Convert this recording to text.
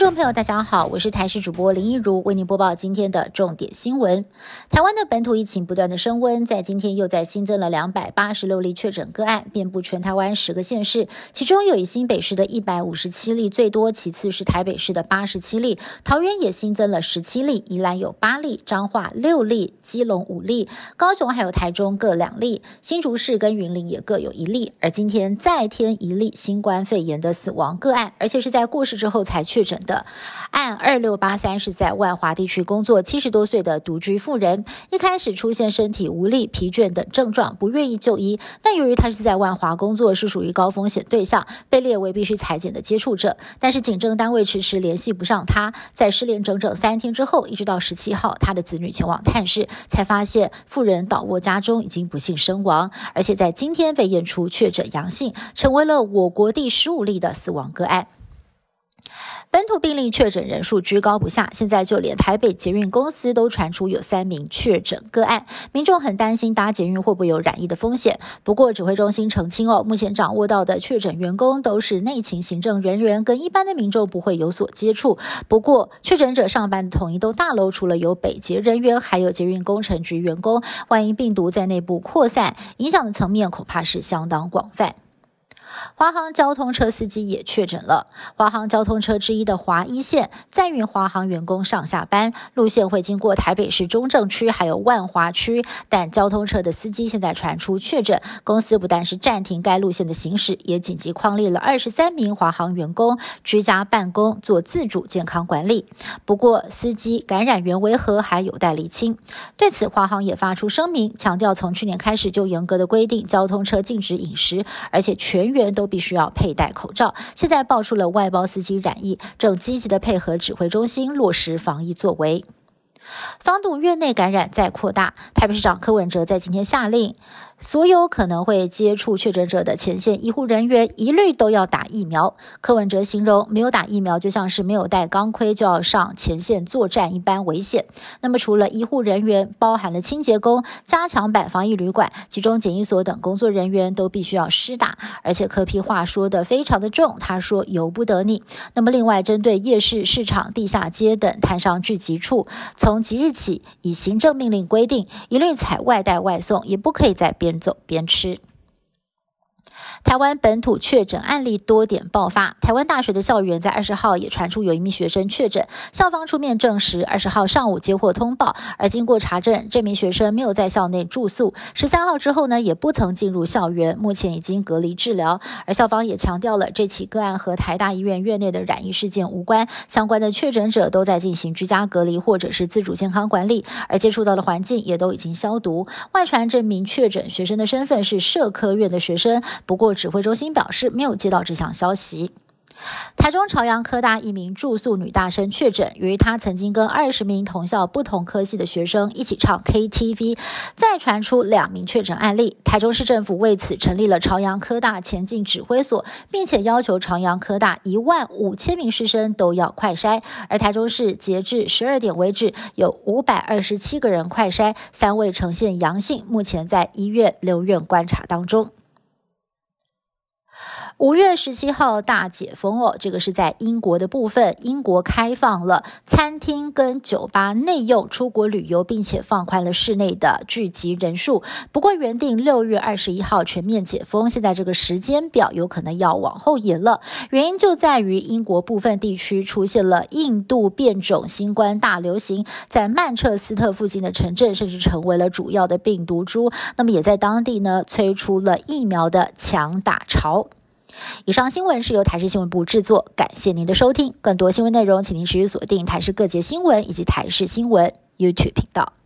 众朋友大家好，我是台视主播林一如，为您播报今天的重点新闻。台湾的本土疫情不断的升温，在今天又再新增了286例确诊个案，遍布全台湾10个县市，其中有以新北市的157例最多，其次是台北市的87例，桃园也新增了17例，宜兰有8例，彰化6例，基隆5例，高雄还有台中各2例，新竹市跟云林也各有1例，而今天再添1例新冠肺炎的死亡个案，而且是在过世之后才确诊的。案2683是在万华地区工作70多岁的独居妇人，一开始出现身体无力、疲倦等症状，不愿意就医，但由于她是在万华工作，是属于高风险对象，被列为必须采检的接触者，但是警政单位迟迟联系不上她，在失联整整3天之后，一直到17号，她的子女前往探视，才发现妇人倒卧家中，已经不幸身亡，而且在今天被验出确诊阳性，成为了我国第15例的死亡个案。本土病例确诊人数居高不下，现在就连台北捷运公司都传出有3名确诊个案，民众很担心搭捷运会不会有染疫的风险。不过指挥中心澄清目前掌握到的确诊员工都是内勤行政人员，跟一般的民众不会有所接触。不过确诊者上班的同一栋大楼，除了有北捷人员，还有捷运工程局员工，万一病毒在内部扩散，影响的层面恐怕是相当广泛。华航交通车司机也确诊了。华航交通车之一的华一线载运华航员工上下班，路线会经过台北市中正区还有万华区，但交通车的司机现在传出确诊，公司不但是暂停该路线的行驶，也紧急匡列了23名华航员工居家办公做自主健康管理。不过司机感染源为何还有待厘清。对此华航也发出声明，强调从去年开始就严格的规定交通车禁止饮食，而且全员都必须要佩戴口罩，现在爆出了外包司机染疫，正积极的配合指挥中心落实防疫作为。防堵院内感染再扩大，台北市长柯文哲在今天下令，所有可能会接触确诊者的前线医护人员一律都要打疫苗。柯文哲形容没有打疫苗就像是没有戴钢盔就要上前线作战一般危险。那么除了医护人员，包含了清洁工、加强版防疫旅馆、集中检疫所等工作人员都必须要施打，而且柯 P 话说得非常的重，他说由不得你。那么另外针对夜市、市场、地下街等摊商聚集处，从即日起以行政命令规定，一律采外带外送，也不可以在边走边吃。台湾本土确诊案例多点爆发，台湾大学的校园在20号也传出有一名学生确诊，校方出面证实20号上午接获通报，而经过查证，这名学生没有在校内住宿，13号之后呢也不曾进入校园，目前已经隔离治疗。而校方也强调了这起个案和台大医院院内的染疫事件无关，相关的确诊者都在进行居家隔离或者是自主健康管理，而接触到的环境也都已经消毒。外传这名确诊学生的身份是社科院的学生，不过指挥中心表示没有接到这项消息。台中朝阳科大一名住宿女大生确诊，由于她曾经跟20名同校不同科系的学生一起唱 KTV， 再传出2名确诊案例。台中市政府为此成立了朝阳科大前进指挥所，并且要求朝阳科大15000名师生都要快筛，而台中市截至12点为止有527个人快筛，3位呈现阳性，目前在医院留院观察当中。5月17号大解封这个是在英国的部分，英国开放了餐厅跟酒吧内用出国旅游，并且放宽了室内的聚集人数。不过原定6月21号全面解封，现在这个时间表有可能要往后延了，原因就在于英国部分地区出现了印度变种新冠大流行，在曼彻斯特附近的城镇甚至成为了主要的病毒株，那么也在当地呢催出了疫苗的强打潮。以上新闻是由台视新闻部制作，感谢您的收听。更多新闻内容请您持续锁定台视各节新闻以及台视新闻 YouTube 频道。